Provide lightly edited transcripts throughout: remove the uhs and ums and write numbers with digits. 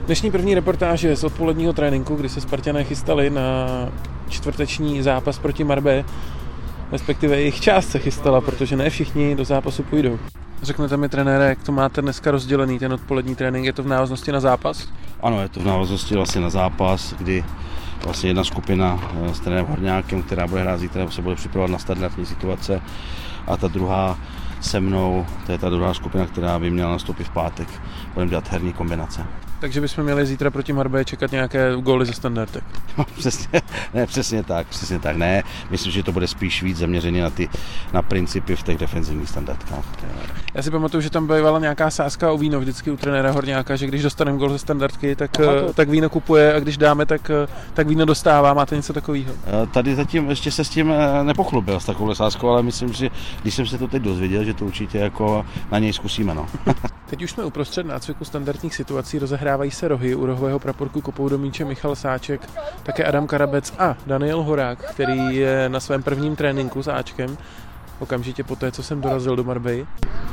Dnešní první reportáž je z odpoledního tréninku, kdy se Spartané chystali na čtvrteční zápas proti Marbelle, respektive jejich část se chystala, protože ne všichni do zápasu půjdou. Řeknete mi, trenére, jak to máte dneska rozdělený, ten odpolední trénink, je to v návaznosti na zápas? Ano, je to v návaznosti vlastně na zápas, kdy vlastně jedna skupina s trenérem Horňákem, která bude hrát zítra, se bude připravovat na standardní situace, a ta druhá se mnou, to je ta druhá skupina, která by měla nastoupit v pátek. Budeme dělat herní kombinace. Takže bychom měli zítra proti Marbelle čekat nějaké góly ze standardek. No, přesně tak, ne. Myslím, že to bude spíš víc zaměřený na principy v těch defenzivních standardkách. Já si pamatuju, že tam bývala nějaká sázka o víno vždycky u trenéra Horňáka, že když dostaneme gól ze standardky, tak víno kupuje, a když dáme, tak víno dostává. Máte něco takového? Tady zatím ještě se s tím nepochlubil s takovou sázkou, ale myslím, že když jsem se to teď dozvěděl, že to určitě jako na něj zkusíme. No. Teď už jsme uprostřed nácviku standardních situací, rozehrávají se rohy, u rohového praporku kopou do míče Michal Sáček, také Adam Karabec a Daniel Horák, který je na svém prvním tréninku s Ačkem, okamžitě po té, co jsem dorazil do Marbelle.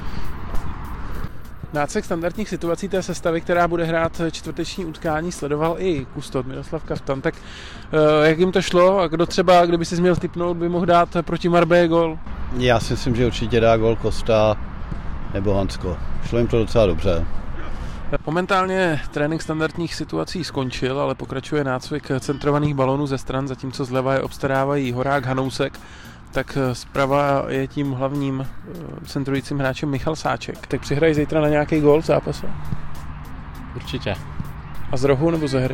Nácvik standardních situací té sestavy, která bude hrát čtvrteční utkání, sledoval i kustot Miroslav Kaftan. Tak jak jim to šlo a kdo třeba, kdyby si měl tipnout, by mohl dát proti Marbelle gól? Já si myslím, že určitě dá gól Kosta nebo Hansko. Šlo jim to docela dobře. Momentálně trénink standardních situací skončil, ale pokračuje nácvik centrovaných balónů ze stran, zatímco zleva je obstarávají Horák, Hanousek, tak zprava je tím hlavním centrujícím hráčem Michal Sáček. Tak přihrají zítra na nějaký gól v zápase? Určitě. A z rohu nebo ze hry?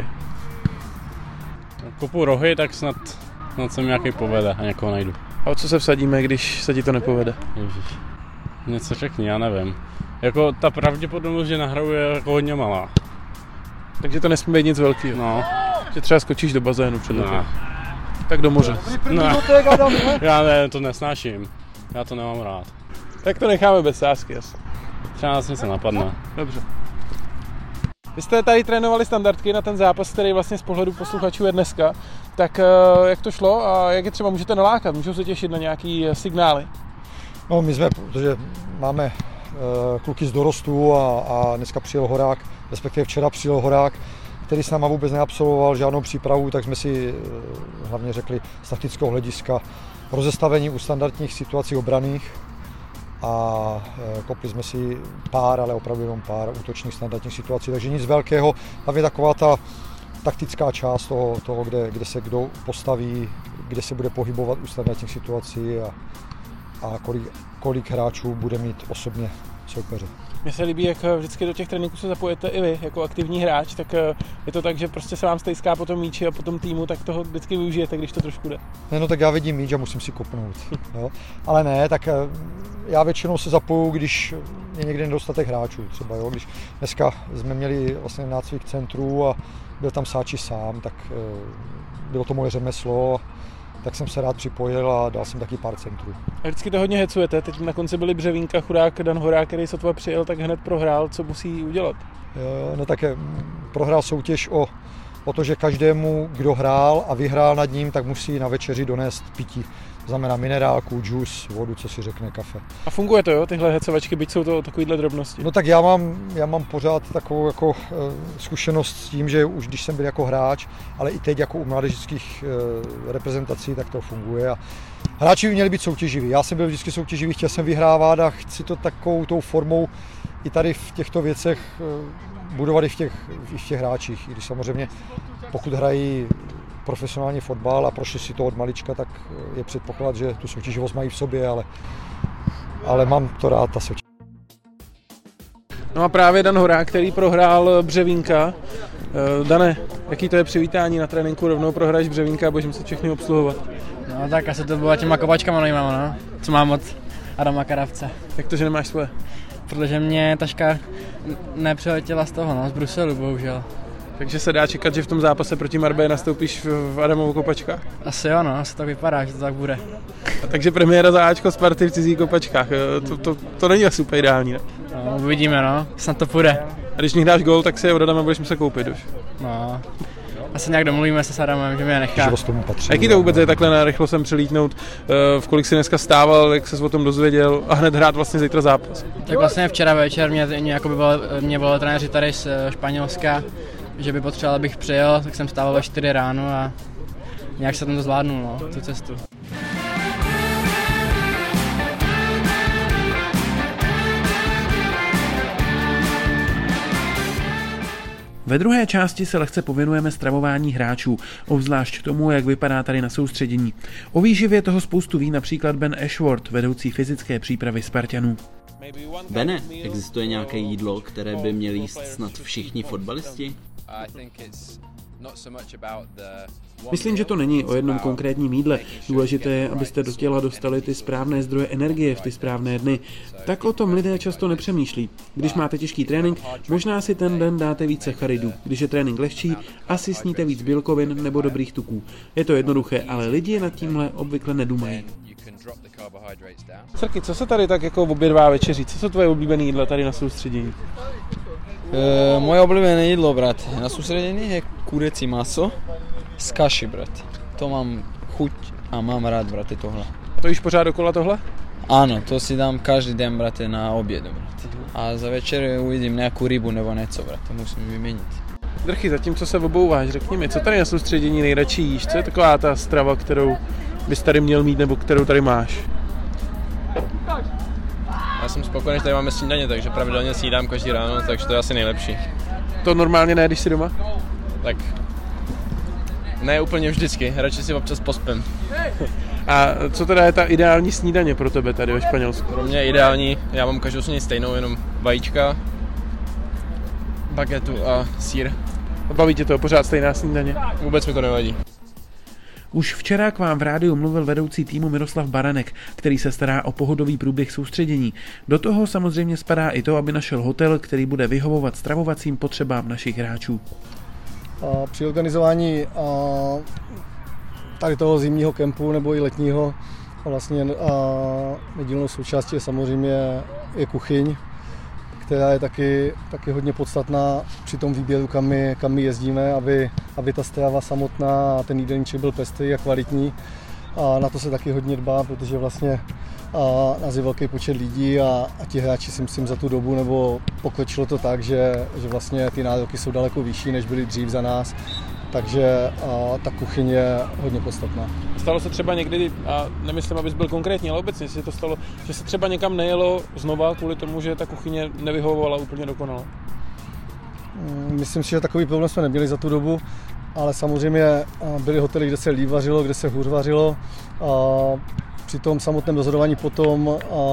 Kopu rohy, tak snad se mi nějaký povede a někoho najdu. A o co se vsadíme, když se ti to nepovede? Ježiš. Něco řekni, já nevím. Jako ta pravděpodobnost, že nahraju, je jako hodně malá. Takže to nesmí být nic velkého. No. Že třeba skočíš do bazénu před no. Tak do moře. No. Já ne, to nesnáším. Já to nemám rád. Tak to necháme bez sázky, jasně. Třeba nás něco napadne. Dobře. Vy jste tady trénovali standardky na ten zápas, který vlastně z pohledu posluchačů je dneska. Tak jak to šlo a jak je třeba můžete nalákat? Můžou se těšit na nějaký signály? No my jsme, protože máme kluky z dorostu a dneska přijel Horák, respektive včera přijel Horák, který s náma vůbec neabsolvoval žádnou přípravu, tak jsme si hlavně řekli z taktického hlediska rozestavení u standardních situací obranných a kopli jsme si pár, ale opravdu jenom pár útočných standardních situací, takže nic velkého, tam je taková ta taktická část toho kde se kdo postaví, kde se bude pohybovat u standardních situací a kolik hráčů bude mít osobně soupeře. Mně se líbí, jak vždycky do těch tréninků se zapojete i vy, jako aktivní hráč, tak je to tak, že prostě se vám stejská po tom míči a po tom týmu, tak toho vždycky využijete, když to trošku jde. No tak já vidím míč a musím si kopnout. Jo? Ale ne, tak já většinou se zapoju, když je někde nedostatek hráčů. Třeba, jo? Když dneska jsme měli vlastně nácvik centru a byl tam Sáči sám, tak bylo to moje řemeslo. Tak jsem se rád připojil a dal jsem taky pár centrů. A vždycky to hodně hecujete, teď na konci byli Břevínka, chudák Dan Horák, který sotva přijel, tak hned prohrál, co musí udělat? No tak prohrál soutěž o to, že každému, kdo hrál a vyhrál nad ním, tak musí na večeři donést pití. To znamená minerálku, džus, vodu, co si řekne, kafe. A funguje to, jo, tyhle hecovačky, byť jsou to takovýhle drobnosti? No tak já mám pořád takovou jako zkušenost s tím, že už když jsem byl jako hráč, ale i teď jako u mládežnických reprezentací, tak to funguje. A hráči by měli být soutěživí. Já jsem byl vždycky soutěživý, chtěl jsem vyhrávat a chci to takovou tou formou i tady v těchto věcech budovat i v těch hráčích. I když samozřejmě pokud hrají profesionální fotbal a prošli si to od malička, tak je předpoklad, že tu soutěživost mají v sobě, ale mám to rád, ta soutěž. No a právě Dan Horák, který prohrál Břevínka. Dane, jaký to je přivítání na tréninku, rovnou prohraješ Břevínka a budeš muset všechny obsluhovat? No tak asi to bylo těma kopačkama nejmáma, no, co mám od Adama Karavce. Jak to, že nemáš svoje? Protože mě taška nepřiletěla z toho, no, z Bruselu, bohužel. Takže se dá čekat, že v tom zápase proti Marbelle nastoupíš v Adamovu kopačkách? Asi jo, no, asi tak vypadá, že to tak bude. A takže premiéra za Ačko Sparty v cizích kopačkách, to není asi úplně ideální, ne? No, uvidíme, no, snad to půjde. A když mi dáš gól, tak si je od Adama budeš muset koupit už. No, asi nějak domluvíme se s Adamem, že mě nechá. A jaký to vůbec je takhle na rychlo sem přilítnout, v kolik jsi dneska stával, jak ses o tom dozvěděl a hned hrát vlastně zítra zápas? Tak vlastně včera večer mě volali trenéři tady z Španělska, že by potřeboval, abych přijel, tak jsem stával ve 4 ráno a nějak se tam to zvládnul, no, tu cestu. Ve druhé části se lehce pověnujeme stravování hráčů, obzvlášť tomu, jak vypadá tady na soustředění. O výživě toho spoustu ví například Ben Ashworth, vedoucí fyzické přípravy Spartanů. Bene, existuje nějaké jídlo, které by měli jíst snad všichni fotbalisti? Myslím, že to není o jednom konkrétním jídle. Důležité je, abyste do těla dostali ty správné zdroje energie v ty správné dny. Tak o tom lidé často nepřemýšlí. Když máte těžký trénink, možná si ten den dáte víc sacharidů. Když je trénink lehčí, asi sníte víc bílkovin nebo dobrých tuků. Je to jednoduché, ale lidi nad tímhle obvykle nedumají. Srky, co se tady tak jako obědvá večeří? Co jsou tvoje oblíbené jídla tady na soustředění? Moje oblíbené jídlo, brat, na soustředění je kuřecí maso z kaši, brat. To mám chuť a mám rád, brat, tohle. To jíš pořád dokola tohle? Ano, to si dám každý den, brat, na oběd, brat. A za večer uvidím nějakou rybu nebo něco, brat, to musím vyměnit. Drchy, zatímco se obouváš, řekni mi, co tady na soustředění nejradši jíš? Co je taková ta strava, kterou bys tady měl mít nebo kterou tady máš? Já jsem spokojený, že tady máme snídaně, takže pravidelně snídám každý ráno, takže to je asi nejlepší. To normálně ne, když jsi doma? Tak ne úplně vždycky, radši si občas pospím. A co teda je ta ideální snídaně pro tebe tady ve Španělsku? Pro mě je ideální, já mám každou snídaní stejnou, jenom vajíčka, bagetu a sýr. Baví tě to pořád stejná snídaně? Vůbec mi to nevadí. Už včera k vám v rádiu mluvil vedoucí týmu Miroslav Baranek, který se stará o pohodový průběh soustředění. Do toho samozřejmě spadá i to, aby našel hotel, který bude vyhovovat stravovacím potřebám našich hráčů. Při organizování tady toho zimního kempu nebo i letního vlastně nedílnou součástí je samozřejmě kuchyň, která je taky hodně podstatná při tom výběru, kam my jezdíme, aby ta strava samotná a ten jídelníček byl pestrý a kvalitní. A na to se taky hodně dbá, protože vlastně nás je velký počet lidí a ti hráči si myslím za tu dobu, nebo pokročilo to tak, že vlastně ty nároky jsou daleko vyšší, než byly dřív za nás. Takže ta kuchyň je hodně podstatná. Stalo se třeba někdy, a nemyslím, abys byl konkrétní, ale obecně se to stalo, že se třeba někam nejelo znova kvůli tomu, že ta kuchyně nevyhovovala úplně dokonale? Myslím si, že takový problém jsme neměli za tu dobu, ale samozřejmě byly hotely, kde se líp vařilo, kde se hůř vařilo. Při tom samotném rozhodování potom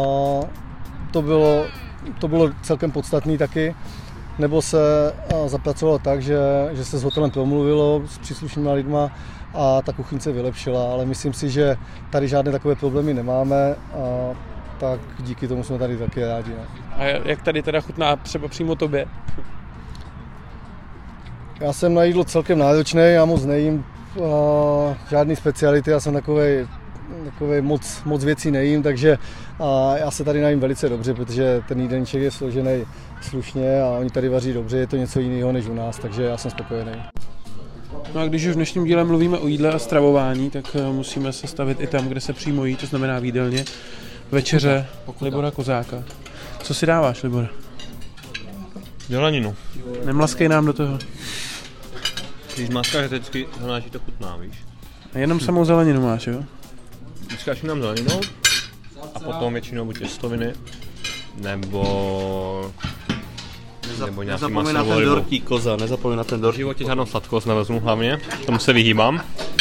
to bylo celkem podstatné taky. Nebo se zapracovalo tak, že se s hotelem promluvilo s příslušnými lidma a ta kuchyň se vylepšila, ale myslím si, že tady žádné takové problémy nemáme, tak díky tomu jsme tady taky rádi. Ne? A jak tady teda chutná třeba přímo tobě? Já jsem na jídlo celkem náročný, já moc nejím žádný speciality, já jsem takovej moc věcí nejím, takže já se tady najím velice dobře, protože ten jídelníček je složený slušně a oni tady vaří dobře, je to něco jiného než u nás, takže já jsem spokojený. No a když už v dnešním díle mluvíme o jídle a stravování, tak musíme se stavit i tam, kde se přímo jí, to znamená v jídelně, večeře Libora Kozáka. Co si dáváš, Libor? Zeleninu. Nemlaskej nám do toho. Když maskáš, vždycky znamená, že to chutná, víš? A jenom samou zeleninu máš, jo? Vždycky nám zeleninou a potom většinou buď těstoviny, nebo nějaký maso nebo rybu. Dortík, koza, nezapomeň na ten dortík. V životě žádnou sladkost nevezmu hlavně, tomu se vyhýbám.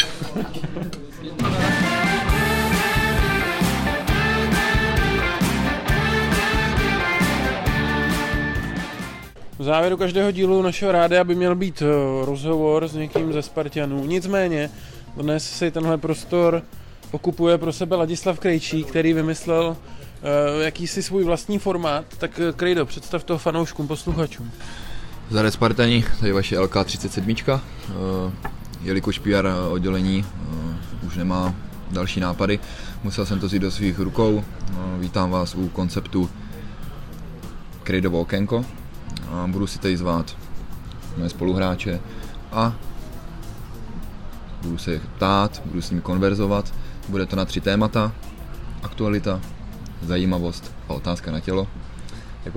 V závěru každého dílu našeho rádia by měl být rozhovor s někým ze Spartanů. Nicméně dnes si tenhle prostor okupuje pro sebe Ladislav Krejčí, který vymyslel jakýsi svůj vlastní formát. Tak Krejdo, představ toho fanouškům, posluchačům. Zdar Spartani, tady vaše LK37, jelikož PR oddělení už nemá další nápady, musel jsem to vzít do svých rukou. Vítám vás u konceptu Krejdovo okénko. Budu si tady zvát moje spoluhráče a budu se ptát, budu s nimi konverzovat. Bude to na 3 témata: aktualita, zajímavost a otázka na tělo. Jako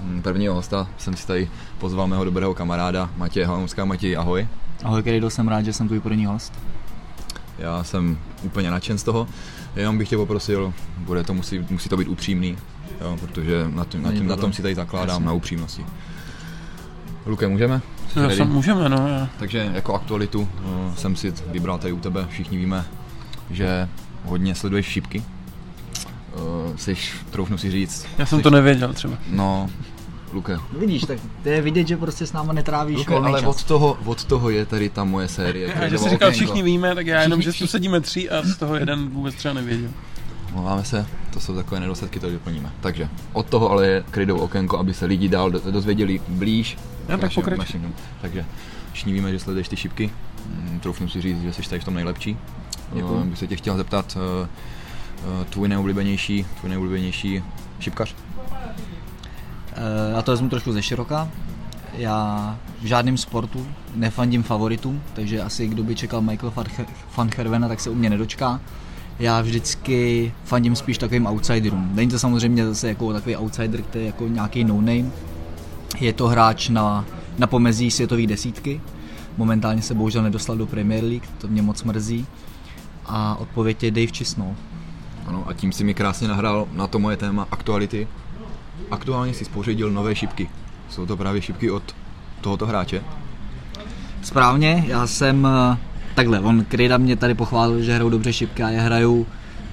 Prvního hosta jsem si tady pozval mého dobrého kamaráda Matěje Hanouska. Matěj, ahoj. Ahoj Krydo, jsem rád, že jsem tvůj první host. Já jsem úplně nadšen z toho, jenom bych tě poprosil, musí to být upřímný, jo, protože na tom si tady zakládám, na upřímnosti. Luke, můžeme? Můžeme, no. Takže jako aktualitu jsem si vybral tady u tebe, všichni víme, že hodně sleduješ šipky. Troufnu si říct. Já jsem to nevěděl třeba. No, Luke. Vidíš, tak to je vidět, že prostě s náma netrávíš Luke, ale čas. Od toho je tady ta moje série. Já, že jsi říkal, všichni víme, tak já jenom, že tu sedíme 3 a z toho jeden vůbec třeba nevěděl. Mluváme se, to jsou takové nedostatky, to vyplníme. Takže od toho ale je Krydovo okénko, aby se lidi dál dozvěděli blíž. Já tak pokračuji. Takže všichni víme, že sleduješ ty šipky. Troufnu si říct, že jsi tady v tom nejlepší. Bych se tě chtěl zeptat, tvůj nejoblíbenější šipkař? Já to vezmu trošku ze široka. Já v žádném sportu nefandím favoritům, takže asi kdo by čekal Michael van Gerwena, tak se u mě nedočká. Já vždycky fandím spíš takovým outsiderům. Není to samozřejmě zase jako takový outsider, který je jako nějaký no-name. Je to hráč na pomezí světové desítky. Momentálně se bohužel nedostal do Premier League, to mě moc mrzí. A odpověď je Dave Chisnall. Ano, a tím si mi krásně nahrál na to moje téma aktuality. Aktuálně si spořídil nové šipky. Jsou to právě šipky od tohoto hráče? Správně, já jsem takhle, Kryda mě tady pochválil, že hrajou dobře šipky a já hraju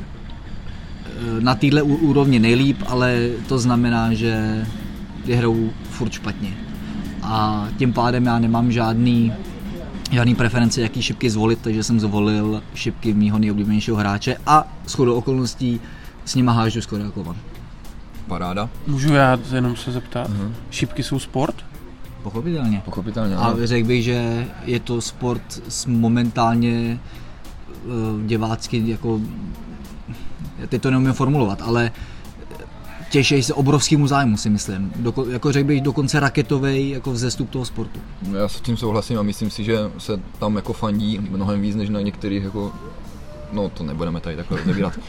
na téhle úrovni nejlíp, ale to znamená, že je hrajou furt špatně. A tím pádem já nemám žádný preference, jaký šipky zvolit, takže jsem zvolil šipky mýho nejoblíbenějšího hráče a shodou okolností s nima hážu skoro jako on. Paráda. Můžu já jenom se zeptat? Šipky jsou sport? Pochopitelně. A řekl bych, že je to sport momentálně divácky jako, teď to neumím formulovat, ale těší se obrovskému zájmu, si myslím. Jako řekl bych dokonce raketovej jako vzestup toho sportu. Já s tím souhlasím a myslím si, že se tam jako fandí mnohem víc než na některých jako, no to nebudeme tady takhle rozebírat.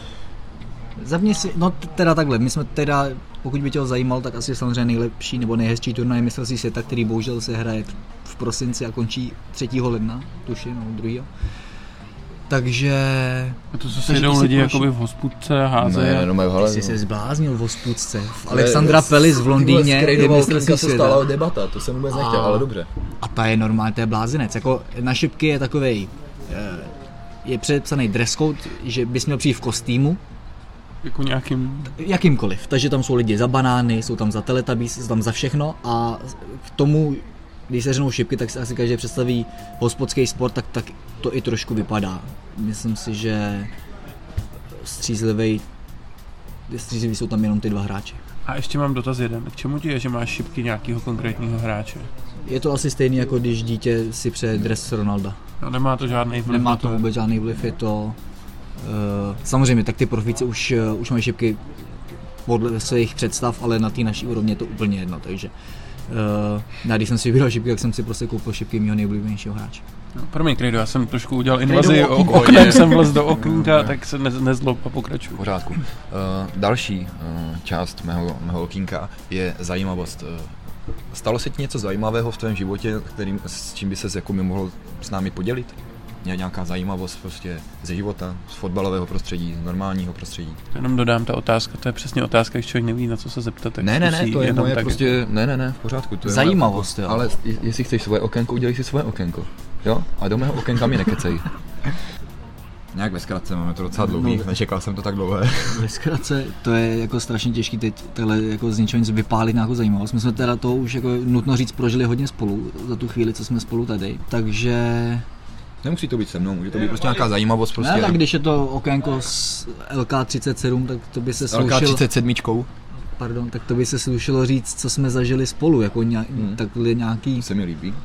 Za mě teda takhle, my jsme teda, pokud by tě ho zajímal, tak asi samozřejmě nejlepší nebo nejhezčí turnaj mistrovství světa, který bohužel se hraje v prosinci a končí 3. ledna, tuším, no 2. Takže... A to se jedou lidi jakoby v hospůdce a házejí. Ty jsi se zbláznil v hospůdce. V Alexandra Palace v Londýně je mistrovství světa. Se stala debata, to jsem vůbec nechtěl, ale dobře. A ta je normálně, to je blázinec. Jako na šipky je takovej, je předepsaný dress code, že bys měl přijít v kostýmu. Jako jakýmkoliv. Takže tam jsou lidi za banány, jsou tam za Teletubbies, jsou tam za všechno a k tomu, když se řenou šipky, tak si asi každý představí hospodský sport, tak to i trošku vypadá. Myslím si, že střízliví jsou tam jenom ty 2 hráči. A ještě mám dotaz jeden. K čemu ti je, že máš šipky nějakého konkrétního hráče? Je to asi stejný, jako když dítě si přeje dres Ronalda. No, nemá to žádný vliv? Nemá to vůbec žádný vliv, je to... samozřejmě, tak ty profíci už mají šipky podle svých představ, ale na té naší úrovni je to úplně jedno, takže když jsem si vybíral šipky, tak jsem si prostě koupil šipky mýho nejoblíbenějšího hráče. No, promiň, Krydo, já jsem trošku udělal invazi oknem, jsem vlez do okýnka, tak se nezlob a pokračuju. V pořádku. Další část mého okýnka je zajímavost. Stalo se ti něco zajímavého v tvém životě, s čím by ses jako mohl s námi podělit? Nějaká zajímavost prostě ze života, z fotbalového prostředí, z normálního prostředí. Jenom dodám, ta otázka, to je přesně otázka, když člověk neví, na co se zeptat, tak ne, to je moje prostě, ne, v pořádku. To je zajímavost, jo. Ale jestli chceš svoje okénko, udělej si svoje okénko, jo? A do mého okénka mi nekecej. Nějak ve zkratce, máme to docela dlouhý, nečekal jsem to tak dlouhé. Ve zkratce, to je jako strašně těžký teď takhle jako z ničeho nic vypálit nějakou zajímavost. My jsme teda to už jako nutno říct prožili hodně spolu za tu chvíli, co jsme spolu tady, takže... Nemusí to být se mnou, může to být prostě nějaká zajímavost prostě. Ne, tak když je to okénko s LK37, tak to by se slušilo... LK37? Pardon, tak to by se slušilo říct, co jsme zažili spolu, jako takhle nějaký... To se mi líbí.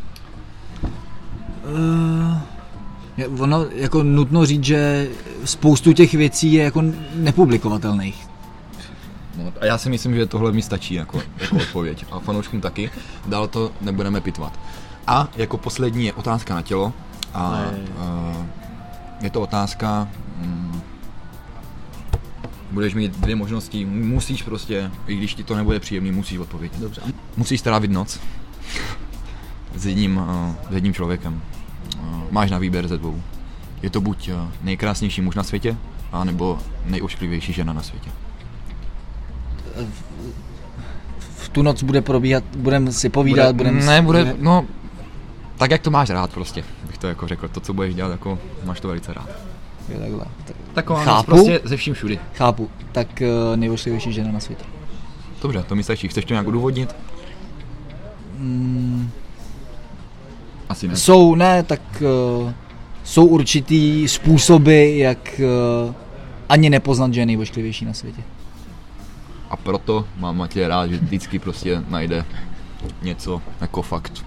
Ono jako nutno říct, že spoustu těch věcí je jako nepublikovatelných. No, a já si myslím, že tohle mi stačí jako odpověď. A fanouškům taky, dál to nebudeme pitvat. A jako poslední je otázka na tělo. A je to otázka, Budeš mít 2 možnosti, musíš prostě, i když ti to nebude příjemný, musíš odpovědět. Dobře. Musíš strávit noc s jedním člověkem. Máš na výběr ze 2. Je to buď nejkrásnější muž na světě, anebo nejošklivější žena na světě. V tu noc bude probíhat, budeme si povídat, no, tak jak to máš rád prostě, bych to jako řekl, to, co budeš dělat, jako máš to velice rád. Takhle. Taková noc prostě ze vším všudy. Chápu, tak nejošklivější žena na světě. Dobře, to mi stačí, chceš to nějak odůvodnit? Asi ne. Jsou určitý způsoby, jak ani nepoznat, že je nejošklivější na světě. A proto mám Matěj rád, že vždycky prostě najde něco jako fakt,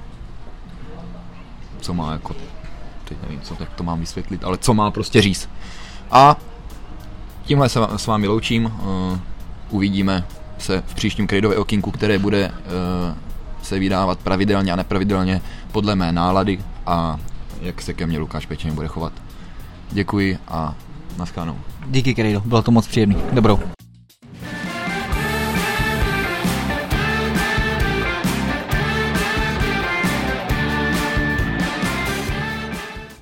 co má jako, teď nevím, co tak to mám vysvětlit, ale co má prostě říct. A tímhle se s vámi loučím, uvidíme se v příštím Krejdově okýnku, které bude se vydávat pravidelně a nepravidelně podle mé nálady a jak se ke mně Lukáš Pečeň bude chovat. Děkuji a naschledanou. Díky, Krejdo, bylo to moc příjemný. Dobrou.